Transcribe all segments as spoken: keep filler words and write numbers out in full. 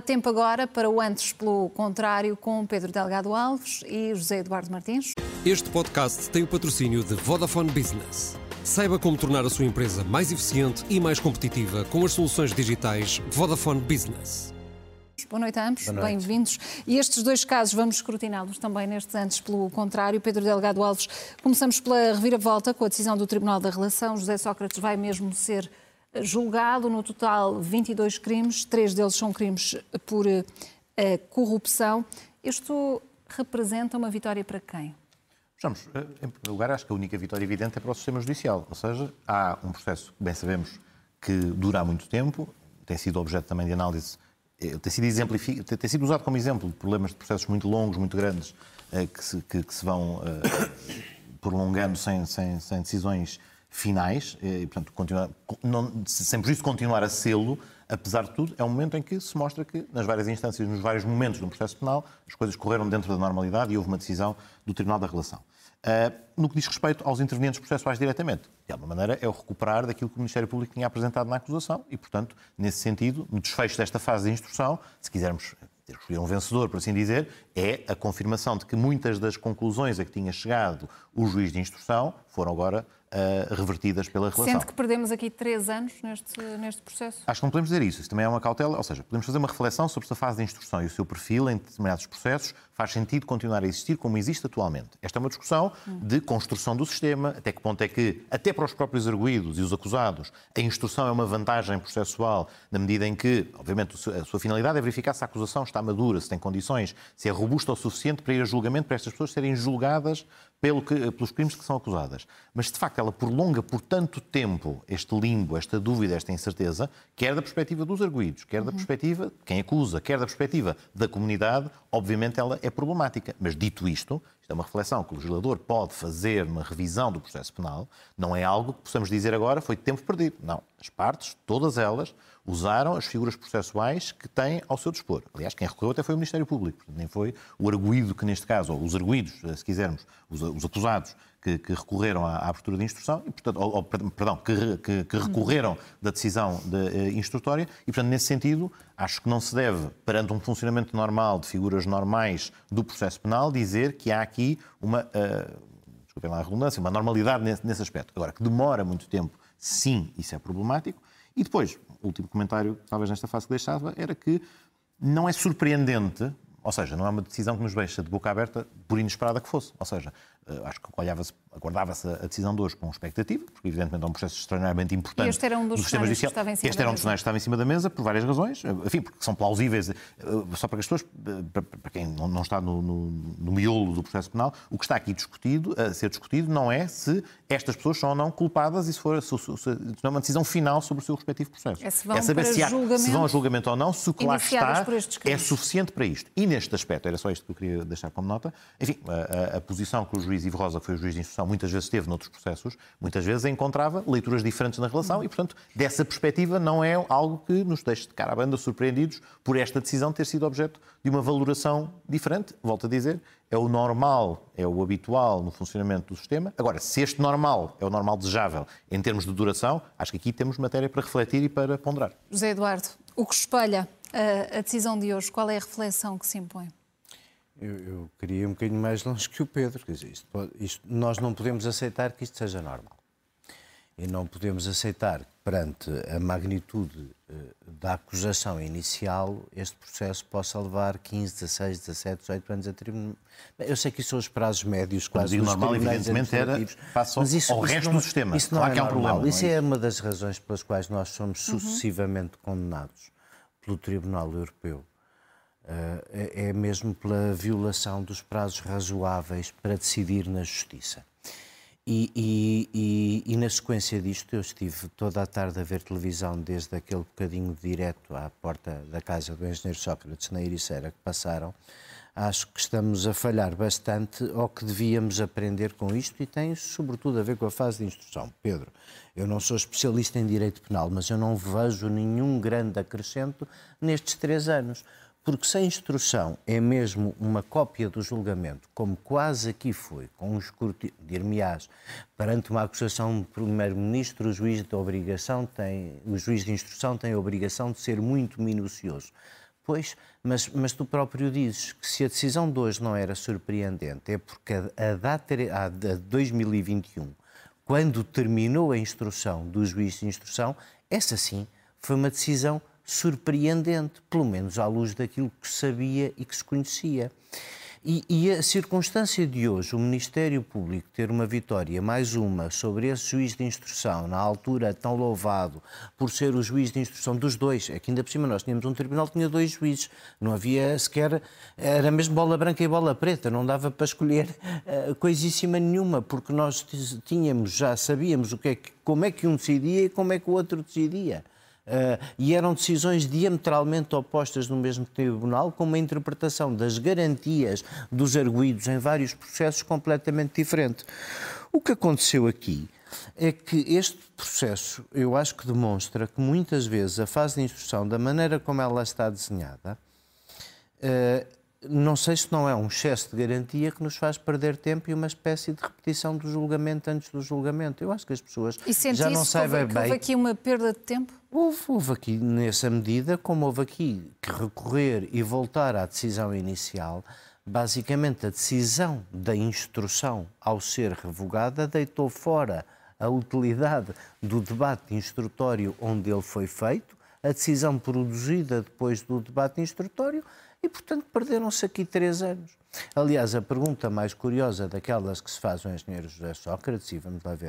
Tempo agora para o Antes pelo Contrário com Pedro Delgado Alves e José Eduardo Martins. Este podcast tem o patrocínio de Vodafone Business. Saiba como tornar a sua empresa mais eficiente e mais competitiva com as soluções digitais Vodafone Business. Boa noite a ambos, bem-vindos. E estes dois casos vamos escrutiná-los também nestes Antes pelo Contrário. Pedro Delgado Alves, começamos pela reviravolta com a decisão do Tribunal da Relação. José Sócrates vai mesmo ser julgado, no total vinte e dois crimes, três deles são crimes por uh, corrupção. Isto representa uma vitória para quem? Vamos, em primeiro lugar, acho que a única vitória evidente é para o sistema judicial, ou seja, há um processo que bem sabemos que dura há muito tempo, tem sido objeto também de análise, tem sido, exemplific... tem sido usado como exemplo de problemas de processos muito longos, muito grandes, que se, que, que se vão uh, prolongando sem, sem, sem decisões finais, e, portanto, continua, não, sem por isso continuar a sê-lo, apesar de tudo, é um momento em que se mostra que, nas várias instâncias, nos vários momentos de um processo penal, as coisas correram dentro da normalidade e houve uma decisão do Tribunal da Relação. Uh, no que diz respeito aos intervenientes processuais diretamente, de alguma maneira é o recuperar daquilo que o Ministério Público tinha apresentado na acusação e, portanto, nesse sentido, no desfecho desta fase de instrução, se quisermos ter escolher um vencedor, por assim dizer, é a confirmação de que muitas das conclusões a que tinha chegado o juiz de instrução foram agora uh, revertidas pela relação. Sente que perdemos aqui três anos neste, neste processo? Acho que não podemos dizer isso. Isso também é uma cautela. Ou seja, podemos fazer uma reflexão sobre se a fase de instrução e o seu perfil em determinados processos faz sentido continuar a existir como existe atualmente. Esta é uma discussão de construção do sistema, até que ponto é que, até para os próprios arguidos e os acusados, a instrução é uma vantagem processual na medida em que, obviamente, a sua finalidade é verificar se a acusação está madura, se tem condições, se é robusta o suficiente para ir a julgamento, para estas pessoas serem julgadas pelo que, pelos crimes que são acusadas. Mas, de facto, ela prolonga por tanto tempo este limbo, esta dúvida, esta incerteza, quer da perspectiva dos arguidos, quer da perspectiva de quem acusa, quer da perspectiva da comunidade, obviamente ela é problemática. Mas, dito isto, isto é uma reflexão que o legislador pode fazer numa revisão do processo penal, não é algo que possamos dizer agora foi tempo perdido. Não. As partes, todas elas, usaram as figuras processuais que têm ao seu dispor. Aliás, quem recorreu até foi o Ministério Público, portanto, nem foi o arguido que, neste caso, ou os arguidos, se quisermos, os, os acusados, que, que recorreram à, à abertura de instrução, e, portanto, ou, ou, perdão, que, que, que recorreram da decisão de, uh, instrutória, e, portanto, nesse sentido, acho que não se deve, perante um funcionamento normal de figuras normais do processo penal, dizer que há aqui uma, uh, desculpem lá a redundância, uma normalidade nesse, nesse aspecto. Agora, que demora muito tempo, sim, isso é problemático. E depois, o último comentário, talvez nesta fase que deixava, era que não é surpreendente, ou seja, não é uma decisão que nos deixa de boca aberta, por inesperada que fosse. Ou seja, acho que aguardava-se a decisão de hoje com expectativa, porque evidentemente é um processo extraordinariamente importante. E este era um dos cenários que estava em cima Este era um dos cenários que estava em cima da mesa, por várias razões, enfim, porque são plausíveis, só para que as pessoas, para quem não está no, no, no miolo do processo penal, o que está aqui discutido, a ser discutido não é se estas pessoas são ou não culpadas e se for se, se, se, não é uma decisão final sobre o seu respectivo processo. É, se vão é saber se, há, se vão a julgamento ou não, se o que lá está é suficiente para isto. E neste aspecto, era só isto que eu queria deixar como nota, enfim, a, a, a posição que o juiz Ivo Rosa, que foi o juiz de instrução, muitas vezes teve noutros processos, muitas vezes encontrava leituras diferentes na relação e, portanto, dessa perspectiva não é algo que nos deixe de cara à banda surpreendidos por esta decisão ter sido objeto de uma valoração diferente. Volto a dizer, é o normal, é o habitual no funcionamento do sistema. Agora, se este normal é o normal desejável em termos de duração, acho que aqui temos matéria para refletir e para ponderar. José Eduardo, o que espelha a, a decisão de hoje, qual é a reflexão que se impõe? Eu, eu queria ir um bocadinho mais longe que o Pedro. Quer dizer, isto, isto, nós não podemos aceitar que isto seja normal. E não podemos aceitar que, perante a magnitude uh, da acusação inicial, este processo possa levar quinze, dezasseis, dezassete, dezoito anos a tribunal. Eu sei que isso são os prazos médios quase dos normal, evidentemente, era face ao, isso, ao resto não, do sistema. Isso não claro é que há um normal. problema. Isso é, é uma das razões pelas quais nós somos sucessivamente uhum. condenados pelo Tribunal Europeu. Uh, é mesmo pela violação dos prazos razoáveis para decidir na Justiça. E, e, e, e na sequência disto, eu estive toda a tarde a ver televisão desde aquele bocadinho direto à porta da casa do engenheiro Sócrates, na Ericeira, que passaram. Acho que estamos a falhar bastante ao que devíamos aprender com isto e tem sobretudo a ver com a fase de instrução. Pedro, eu não sou especialista em direito penal, mas eu não vejo nenhum grande acrescento nestes três anos. Porque se a instrução é mesmo uma cópia do julgamento, como quase aqui foi, com um escrutínio, dir-me-ás, perante uma acusação do primeiro-ministro, o juiz de obrigação tem, o juiz de instrução tem a obrigação de ser muito minucioso. Pois, mas, mas tu próprio dizes que se a decisão de hoje não era surpreendente, é porque a, a data a de dois mil e vinte e um, quando terminou a instrução do juiz de instrução, essa sim foi uma decisão surpreendente, pelo menos à luz daquilo que se sabia e que se conhecia. E, e a circunstância de hoje, o Ministério Público ter uma vitória, mais uma, sobre esse juiz de instrução, na altura tão louvado por ser o juiz de instrução dos dois, é que ainda por cima nós tínhamos um tribunal que tinha dois juízes, não havia sequer, era mesmo bola branca e bola preta, não dava para escolher uh, coisíssima nenhuma, porque nós tínhamos, já sabíamos o que é que, como é que um decidia e como é que o outro decidia. Uh, e eram decisões diametralmente opostas no mesmo tribunal, com uma interpretação das garantias dos arguidos em vários processos completamente diferente. O que aconteceu aqui é que este processo, eu acho que demonstra que muitas vezes a fase de instrução, da maneira como ela está desenhada, uh, não sei se não é um excesso de garantia que nos faz perder tempo e uma espécie de repetição do julgamento antes do julgamento. Eu acho que as pessoas já não sabem bem... Houve aqui uma perda de tempo? Houve, houve aqui nessa medida, como houve aqui que recorrer e voltar à decisão inicial. Basicamente, a decisão da instrução, ao ser revogada, deitou fora a utilidade do debate instrutório onde ele foi feito, a decisão produzida depois do debate instrutório, e, portanto, perderam-se aqui três anos. Aliás, a pergunta mais curiosa daquelas que se faz ao engenheiro José Sócrates, e vamos lá ver,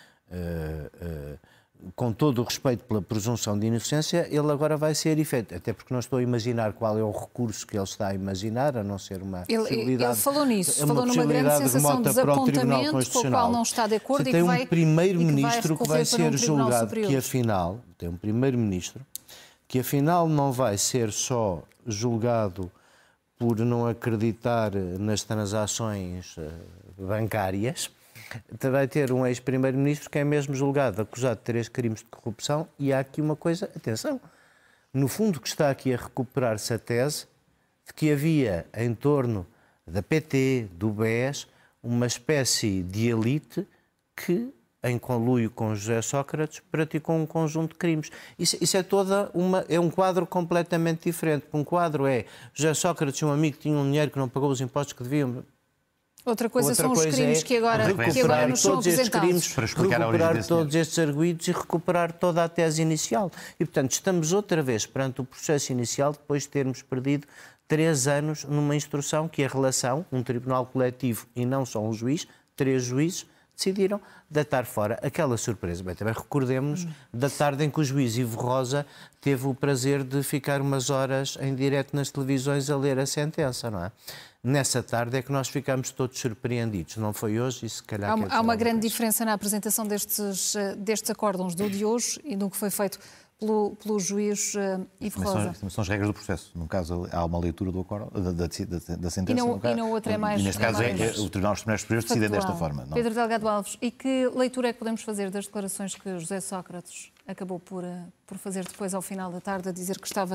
uh, uh, com todo o respeito pela presunção de inocência, ele agora vai ser efeito, até porque não estou a imaginar qual é o recurso que ele está a imaginar, a não ser uma ele, possibilidade... Ele falou nisso, falou numa grande sensação de desapontamento com a qual não está de acordo e que vai, tem um primeiro-ministro que vai ser um julgado, superior. que afinal, tem um primeiro-ministro, que afinal não vai ser só julgado por não acreditar nas transações bancárias, vai ter um ex-primeiro-ministro que é mesmo julgado, acusado de três crimes de corrupção, e há aqui uma coisa, atenção, no fundo que está aqui a recuperar-se a tese de que havia em torno da P T, do B E S, uma espécie de elite que, em conluio com José Sócrates, praticou um conjunto de crimes. Isso, isso é toda uma, é um quadro completamente diferente. Um quadro é José Sócrates, um amigo, tinha um dinheiro que não pagou os impostos que deviam. Outra coisa Outra são coisa os crimes é que agora, que agora nos são apresentados. Para explicar recuperar todos estes arguidos e recuperar toda a tese inicial. E, portanto, estamos outra vez perante o processo inicial depois de termos perdido três anos numa instrução que a relação, um tribunal coletivo e não só um juiz, três juízes, decidiram deitar fora aquela surpresa. Bem, também recordemos-nos da tarde em que o juiz Ivo Rosa teve o prazer de ficar umas horas em direto nas televisões a ler a sentença, não é? Nessa tarde é que nós ficamos todos surpreendidos. Não foi hoje e se calhar... Há, há uma grande diferença na apresentação destes, destes acórdãos do de hoje e do que foi feito pelo, pelo juiz uh, Ivo Rosa. São, são as regras do processo. No caso, há uma leitura do acordo, da, da, da, da sentença. E, não, no caso, e na outra é mais... E neste é caso, mais é, o Tribunal dos Tribunais Superiores decide desta forma. Não? Pedro Delgado Alves, e que leitura é que podemos fazer das declarações que José Sócrates acabou por, por fazer depois, ao final da tarde, a dizer que estava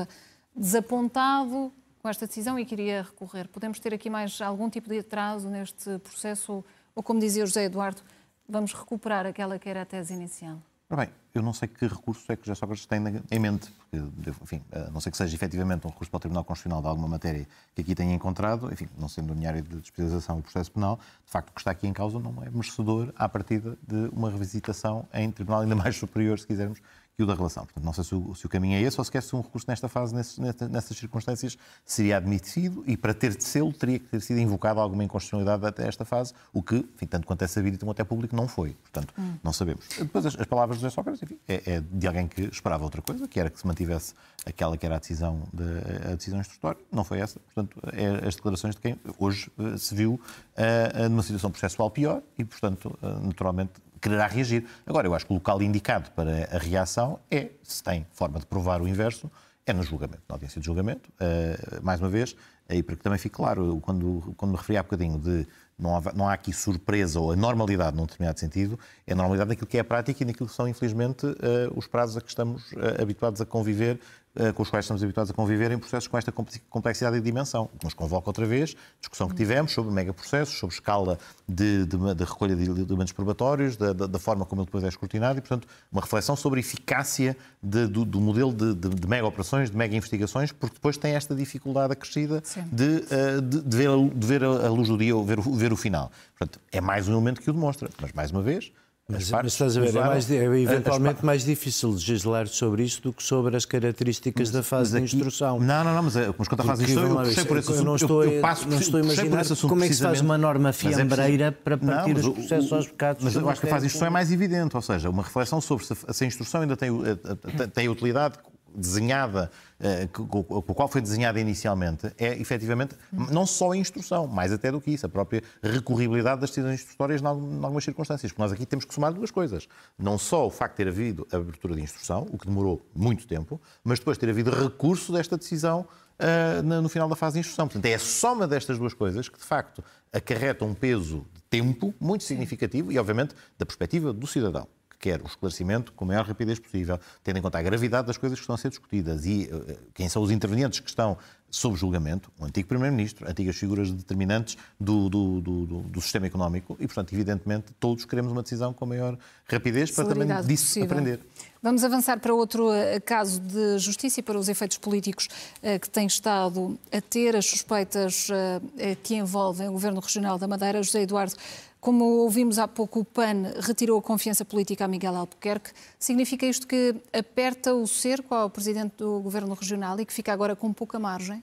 desapontado com esta decisão e queria recorrer? Podemos ter aqui mais algum tipo de atraso neste processo? Ou, ou como dizia o José Eduardo, vamos recuperar aquela que era a tese inicial? Ora bem, eu não sei que recurso é que José Sócrates tem em mente, porque, enfim, a não ser que seja efetivamente um recurso para o Tribunal Constitucional de alguma matéria que aqui tenha encontrado, enfim, não sendo minha área de especialização o processo penal, de facto o que está aqui em causa não é merecedor à partida de uma revisitação em tribunal ainda mais superior, se quisermos, que o da relação. Portanto, não sei se o, se o caminho é esse ou se quer se um recurso nesta fase, nesses, nessas circunstâncias, seria admitido e para ter de sê-lo teria que ter sido invocada alguma inconstitucionalidade até esta fase, o que, enfim, tanto quanto é sabido e até público, não foi. Portanto, hum. não sabemos. Depois, as, as palavras de José Sócrates, enfim, é, é de alguém que esperava outra coisa, que era que se mantivesse aquela que era a decisão, de, a decisão instrutória. Não foi essa. Portanto, é as declarações de quem hoje uh, se viu uh, numa situação processual pior e, portanto, uh, naturalmente, quererá reagir. Agora, eu acho que o local indicado para a reação é, se tem forma de provar o inverso, é no julgamento, na audiência de julgamento. Uh, mais uma vez, e para que também fique claro, quando, quando me referi há bocadinho de não há, não há aqui surpresa ou anormalidade num determinado sentido, é a normalidade daquilo que é a prática e daquilo que são, infelizmente, uh, os prazos a que estamos uh, habituados a conviver, uh, com os quais estamos habituados a conviver em processos com esta complexidade e dimensão. O que nos convoca outra vez, discussão que tivemos sobre megaprocessos, sobre escala de, de, de recolha de elementos probatórios, da, da, da forma como ele depois é escrutinado e, portanto, uma reflexão sobre a eficácia de, do, do modelo de, de, de mega-operações, de mega-investigações, porque depois tem esta dificuldade acrescida de, uh, de, de, ver, de ver a luz do dia ou ver, ver o final. Portanto, é mais um elemento que o demonstra. Mas, mais uma vez... Mas, mas estás a ver, é, mais, é eventualmente mais difícil legislar sobre isso do que sobre as características mas, da fase de instrução. Não, não, não, mas, mas quanto à fase de instrução, eu puxei por esse assunto. Eu não estou, eu, eu passo, não estou a imaginar como é que se faz uma norma fiambreira é para partir não, os processos aos bocados. Mas eu acho que a fase de instrução é mais evidente, ou seja, uma reflexão sobre se a, se a instrução ainda tem, tem utilidade desenhada, com a qual foi desenhada inicialmente, é efetivamente não só a instrução, mais até do que isso, a própria recorribilidade das decisões instrutórias em algumas circunstâncias. Porque nós aqui temos que somar duas coisas. Não só o facto de ter havido a abertura de instrução, o que demorou muito tempo, mas depois ter havido recurso desta decisão uh, no final da fase de instrução. Portanto, é a soma destas duas coisas que, de facto, acarreta um peso de tempo muito significativo e, obviamente, da perspectiva do cidadão, quer o esclarecimento com a maior rapidez possível, tendo em conta a gravidade das coisas que estão a ser discutidas e uh, quem são os intervenientes que estão sob julgamento, o antigo Primeiro-Ministro, antigas figuras determinantes do, do, do, do sistema económico e, portanto, evidentemente, todos queremos uma decisão com a maior rapidez para também disso possível. Aprender. Vamos avançar para outro caso de justiça e para os efeitos políticos uh, que tem estado a ter, as suspeitas uh, que envolvem o Governo Regional da Madeira. José Eduardo, como ouvimos há pouco, o P A N retirou a confiança política a Miguel Albuquerque. Significa isto que aperta o cerco ao Presidente do Governo Regional e que fica agora com pouca margem?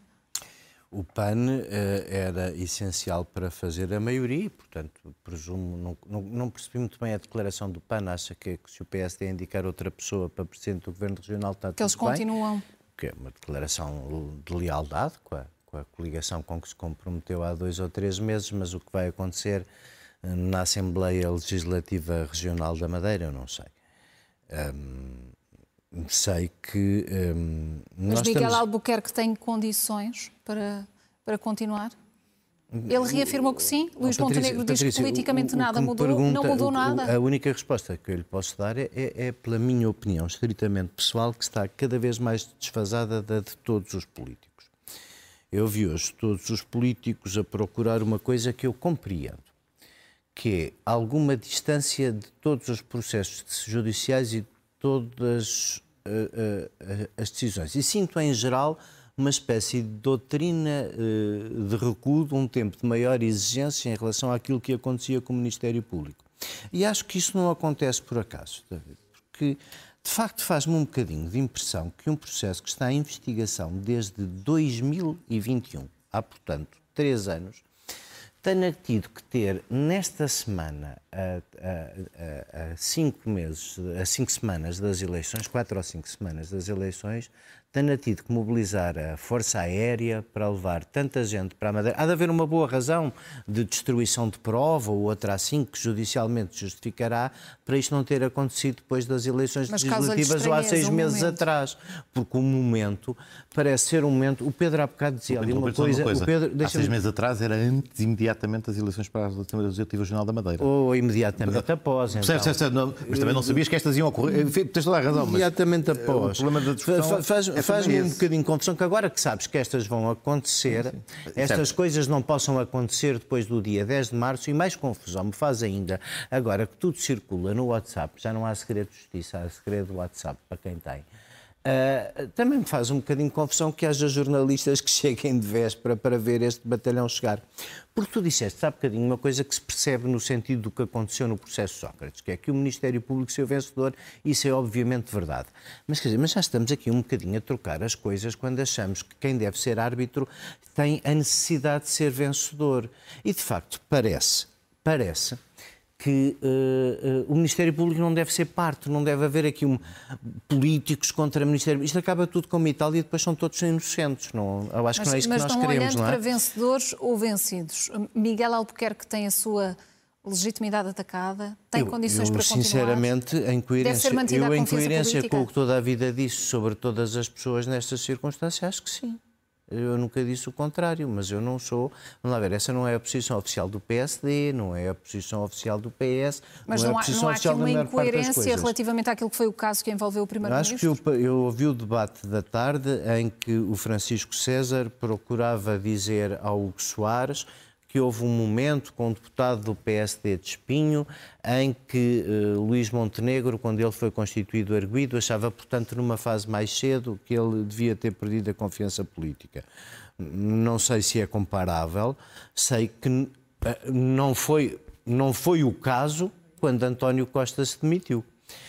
O P A N uh, era essencial para fazer a maioria, portanto, presumo, não, não, não percebi muito bem a declaração do P A N, acha que, que se o P S D indicar outra pessoa para Presidente do Governo Regional está tudo bem? Que eles continuam. Que é uma declaração de lealdade com a, com a coligação com que se comprometeu há dois ou três meses, mas o que vai acontecer na Assembleia Legislativa Regional da Madeira, eu não sei. Um, sei que... Um, Mas Miguel estamos... Albuquerque tem condições para, para continuar? Ele reafirmou que sim? Luís Montenegro diz que politicamente o, o, nada mudou, pergunta, não mudou o, nada? A única resposta que eu lhe posso dar é, é, é, pela minha opinião, estritamente pessoal, que está cada vez mais desfasada da de todos os políticos. Eu vi hoje todos os políticos a procurar uma coisa que eu compreendo, que é alguma distância de todos os processos judiciais e de todas uh, uh, as decisões. E sinto, em geral, uma espécie de doutrina uh, de recuo, de um tempo de maior exigência em relação àquilo que acontecia com o Ministério Público. E acho que isso não acontece por acaso, porque, de facto, faz-me um bocadinho de impressão que um processo que está em investigação desde dois mil e vinte e um, há, portanto, três anos, tenha tido que ter, nesta semana, a, a, a, a cinco meses, a cinco semanas das eleições, quatro ou cinco semanas das eleições, tenha tido que mobilizar a Força Aérea para levar tanta gente para a Madeira. Há de haver uma boa razão de destruição de prova ou outra assim que judicialmente justificará para isto não ter acontecido depois das eleições Mas legislativas ou há seis um meses momento. atrás. Porque o momento parece ser um momento... O Pedro há bocado dizia ali uma coisa... Uma coisa. O Pedro, há seis meses atrás era antes imediatamente das eleições para a Assembleia Legislativa Regional da Madeira. Ou imediatamente após, então. Certo, certo, não, mas também não sabias que estas iam ocorrer. Tens toda a razão. Mas imediatamente após. O problema da discussão faz, é faz-me um bocadinho de confusão que agora que sabes que estas vão acontecer, sim, sim. estas certo. coisas não possam acontecer depois do dia dez de março, e mais confusão me faz ainda agora que tudo circula no WhatsApp, já não há segredo de justiça, há segredo do WhatsApp para quem tem. Uh, também me faz um bocadinho de confusão que haja jornalistas que cheguem de véspera para ver este batalhão chegar. Porque tu disseste, há bocadinho, uma coisa que se percebe no sentido do que aconteceu no processo Sócrates, que é que o Ministério Público saiu vencedor, isso é obviamente verdade. Mas, quer dizer, mas já estamos aqui um bocadinho a trocar as coisas quando achamos que quem deve ser árbitro tem a necessidade de ser vencedor. E, de facto, parece, parece... que uh, uh, o Ministério Público não deve ser parte, não deve haver aqui um, políticos contra o Ministério Público. Isto acaba tudo como Itália e depois são todos inocentes. Não, eu acho mas, que não é isso que nós queremos, não é? Mas estão olhando para vencedores ou vencidos. Miguel Albuquerque tem a sua legitimidade atacada, tem eu, condições eu, para continuar. Sinceramente, em coerência, eu, em coerência política? com o que toda a vida disse sobre todas as pessoas nestas circunstâncias, acho que sim. Eu nunca disse o contrário, mas eu não sou... Vamos lá ver, essa não é a posição oficial do P S D, não é a posição oficial do P S, mas não, não é a há, posição não há oficial aqui da uma maior parte das incoerência coisas. relativamente àquilo que foi o caso que envolveu o Primeiro-Ministro? Acho que eu, eu ouvi o debate da tarde em que o Francisco César procurava dizer ao Hugo Soares que houve um momento com um deputado do P S D de Espinho em que uh, Luís Montenegro, quando ele foi constituído arguido, achava, portanto, numa fase mais cedo que ele devia ter perdido a confiança política. Não sei se é comparável, sei que uh, não foi, não foi o caso quando António Costa se demitiu.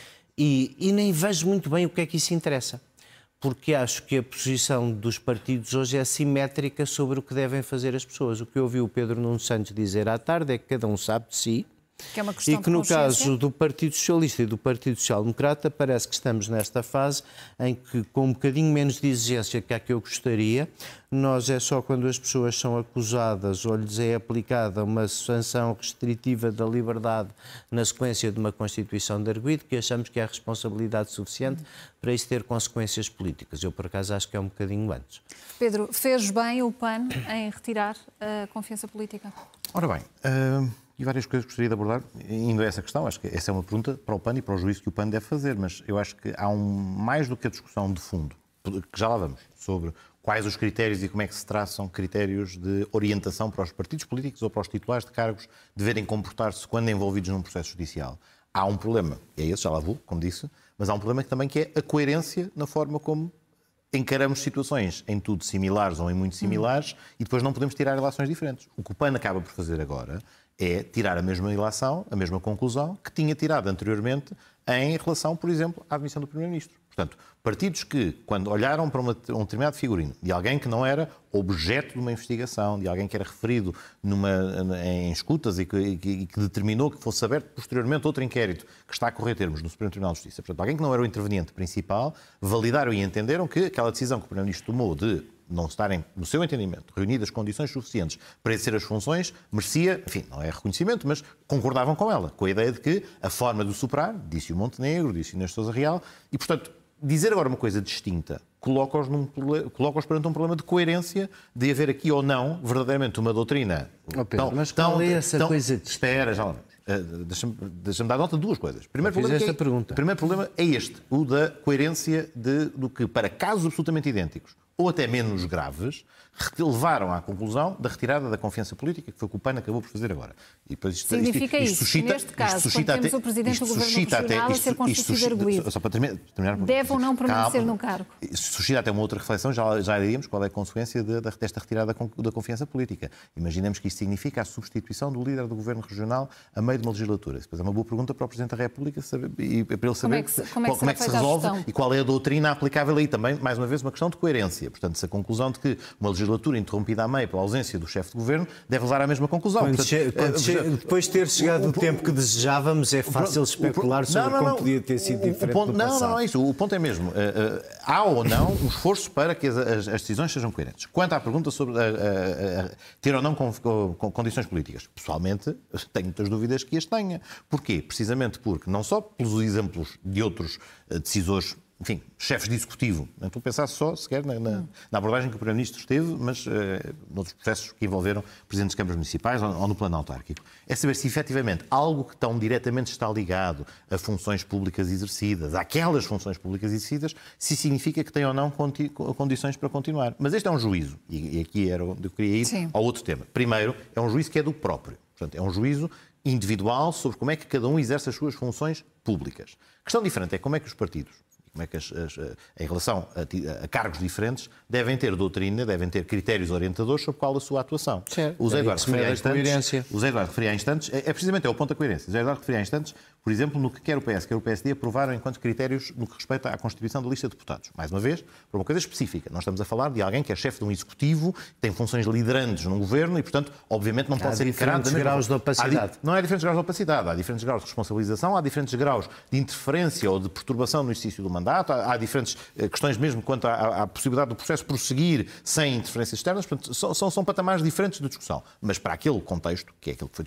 E, e nem vejo muito bem o que é que isso interessa. Porque acho que a posição dos partidos hoje é simétrica sobre o que devem fazer as pessoas. O que eu ouvi o Pedro Nuno Santos dizer à tarde é que cada um sabe de si. Que é uma questão e que no de caso do Partido Socialista e do Partido Social Democrata parece que estamos nesta fase em que, com um bocadinho menos de exigência que a que eu gostaria, nós é só quando as pessoas são acusadas ou lhes é aplicada uma sanção restritiva da liberdade na sequência de uma Constituição de arguido que achamos que há responsabilidade suficiente para isso ter consequências políticas. Eu, por acaso, acho que é um bocadinho antes. Pedro, fez bem o P A N em retirar a confiança política? Ora bem... Uh... E várias coisas que gostaria de abordar, indo a essa questão. Acho que essa é uma pergunta para o P A N e para o juízo que o P A N deve fazer, mas eu acho que há um, mais do que a discussão de fundo, que já lá vamos, sobre quais os critérios e como é que se traçam critérios de orientação para os partidos políticos ou para os titulares de cargos deverem comportar-se quando envolvidos num processo judicial. Há um problema, e é esse, já lá vou, como disse, mas há um problema também que é a coerência na forma como encaramos situações em tudo similares ou em muito similares hum. e depois não podemos tirar relações diferentes. O que o P A N acaba por fazer agora é tirar a mesma ilação, a mesma conclusão que tinha tirado anteriormente em relação, por exemplo, à admissão do Primeiro-Ministro. Portanto, partidos que, quando olharam para uma, um determinado figurino de alguém que não era objeto de uma investigação, de alguém que era referido numa, em escutas e que, e que determinou que fosse aberto posteriormente outro inquérito que está a correr termos no Supremo Tribunal de Justiça, portanto, alguém que não era o interveniente principal, validaram e entenderam que aquela decisão que o Primeiro-Ministro tomou de não estarem, no seu entendimento, reunidas condições suficientes para exercer as funções, merecia, enfim, não é reconhecimento, mas concordavam com ela, com a ideia de que a forma de o superar, disse o Montenegro, disse o Inês de Sousa Real, e, portanto, dizer agora uma coisa distinta coloca-os, num, coloca-os perante um problema de coerência de haver aqui ou não, verdadeiramente, uma doutrina. Oh, Pedro, tão, mas qual tão, é essa tão, coisa de... Espera, já vamos. Uh, Deixa-me deixa dar nota de duas coisas. Primeiro problema, esta é, pergunta. primeiro problema é este, o da coerência de, do que, para casos absolutamente idênticos, ou até menos graves, levaram à conclusão da retirada da confiança política, que foi o que o P A N acabou por fazer agora. E depois isto, Significa isto, isto, isto suscita, neste caso, suscita quando temos até, o Presidente do Governo Regional a ser constituído arguido, só para terminar, terminar, deve ou não permanecer calma, no cargo? Suscita até uma outra reflexão, já, já iríamos, qual é a consequência de, de, desta retirada da confiança política. Imaginemos que isto significa a substituição do líder do Governo Regional a meio de uma legislatura. Depois é uma boa pergunta para o Presidente da República saber, e para ele saber como é que se, como é que como é que se resolve e qual é a doutrina aplicável aí. Também, mais uma vez, uma questão de coerência. Portanto, se a conclusão de que uma legislatura interrompida a meio pela ausência do chefe de governo deve levar à mesma conclusão. Quando Portanto, che... Quando che... Depois de ter chegado o, o, o tempo que desejávamos, é fácil o, especular o, sobre não, não, como não, podia ter sido diferente ponto, do não, passado. Não, não é isso. O ponto é mesmo, uh, uh, há ou não um esforço para que as, as, as decisões sejam coerentes. Quanto à pergunta sobre uh, uh, uh, ter ou não com, com, com condições políticas, pessoalmente tenho muitas dúvidas que as tenha. Porquê? Precisamente porque, não só pelos exemplos de outros uh, decisores, enfim, chefes de executivo. Não estou a pensar só, sequer, na, na, na abordagem que o Primeiro-Ministro esteve, mas uh, noutros processos que envolveram presidentes de câmaras municipais ou, ou no plano autárquico. É saber se, efetivamente, algo que tão diretamente está ligado a funções públicas exercidas, àquelas funções públicas exercidas, se significa que tem ou não conti- condições para continuar. Mas este é um juízo, e, e aqui era onde eu queria ir Sim. ao outro tema. Primeiro, é um juízo que é do próprio. Portanto, é um juízo individual sobre como é que cada um exerce as suas funções públicas. A questão diferente é como é que os partidos, como é que, as, as, em relação a, a cargos diferentes, devem ter doutrina, devem ter critérios orientadores sobre qual a sua atuação. Certo. O Zé Eduardo referia há instantes, o Zé Eduardo referia há instantes, é, é precisamente é o ponto da coerência. O Zé Eduardo referia há instantes, por exemplo, no que quer o P S, quer o P S D aprovaram enquanto critérios no que respeita à constituição da lista de deputados. Mais uma vez, por uma coisa específica. Nós estamos a falar de alguém que é chefe de um executivo, tem funções liderantes num governo e, portanto, obviamente não pode há ser encarado... Há diferentes graus de opacidade. Há, não há diferentes graus de opacidade, há diferentes graus de responsabilização, há diferentes graus de interferência ou de perturbação no exercício do mandato, há, há diferentes questões mesmo quanto à, à possibilidade do processo prosseguir sem interferências externas. Portanto, são, são, são patamares diferentes de discussão. Mas para aquele contexto, que é aquele que foi discutido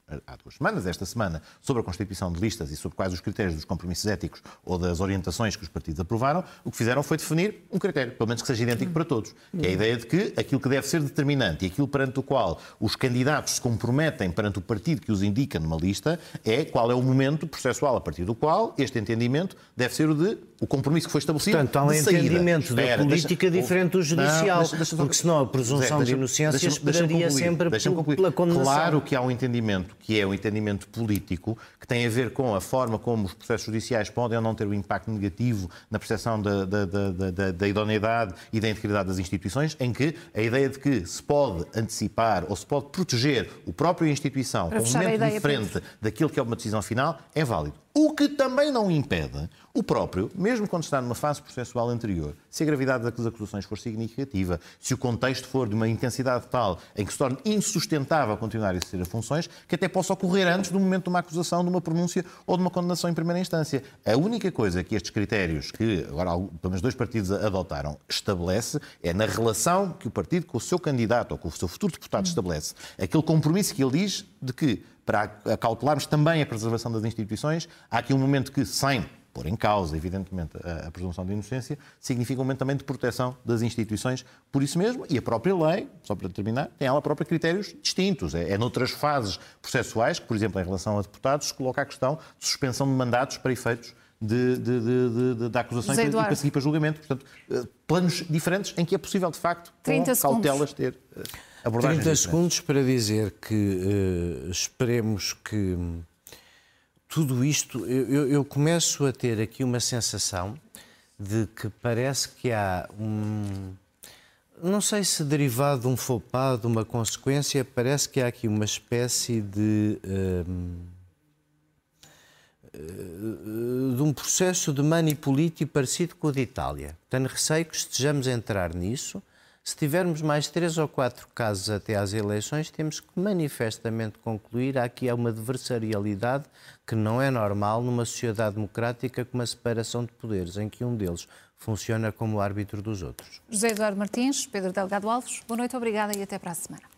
há duas semanas, esta semana, sobre a constituição de listas e sobre quais os critérios dos compromissos éticos ou das orientações que os partidos aprovaram, o que fizeram foi definir um critério, pelo menos que seja idêntico para todos, que é a ideia de que aquilo que deve ser determinante e aquilo perante o qual os candidatos se comprometem perante o partido que os indica numa lista é qual é o momento processual a partir do qual este entendimento deve ser o de o compromisso que foi estabelecido. Portanto, há um de saída. entendimento Espera, da política deixa, diferente do judicial, não, deixa, deixa, porque senão a presunção Zé, de inocência deixa, esperaria deixa sempre deixa pela condenação. Claro que há um entendimento que é o um entendimento político que tem a ver com a forma como os processos judiciais podem ou não ter um impacto negativo na percepção da, da, da, da, da idoneidade e da integridade das instituições, em que a ideia de que se pode antecipar ou se pode proteger o próprio instituição com um momento diferente daquilo que é uma decisão final é válido. O que também não impede o próprio, mesmo quando está numa fase processual anterior, se a gravidade das acusações for significativa, se o contexto for de uma intensidade tal em que se torne insustentável continuar a exercer as funções, que até possa ocorrer antes do momento de uma acusação, de uma pronúncia ou de uma condenação em primeira instância. A única coisa que estes critérios, que agora pelo menos dois partidos adotaram, estabelece é na relação que o partido com o seu candidato ou com o seu futuro deputado estabelece. Aquele compromisso que ele diz de que, para acautelarmos também a preservação das instituições, há aqui um momento que, sem pôr em causa, evidentemente, a, a presunção de inocência, significa um momento também de proteção das instituições por isso mesmo, e a própria lei, só para terminar, tem ela própria critérios distintos. É, é noutras fases processuais, que, por exemplo, em relação a deputados, se coloca a questão de suspensão de mandatos para efeitos de, de, de, de, de acusação e para, para seguir para julgamento. Portanto, planos diferentes em que é possível, de facto, com cautelas ter abordagens trinta diferentes. segundos para dizer que uh, esperemos que tudo isto... Eu, eu começo a ter aqui uma sensação de que parece que há um... Não sei se derivado de um faux pas, de uma consequência, parece que há aqui uma espécie de... Um, de um processo de manipulito parecido com o de Itália. Tenho receio que estejamos a entrar nisso. Se tivermos mais três ou quatro casos até às eleições, temos que manifestamente concluir que aqui há uma adversarialidade que não é normal numa sociedade democrática com uma separação de poderes, em que um deles funciona como árbitro dos outros. José Eduardo Martins, Pedro Delgado Alves, boa noite, obrigada e até para a semana.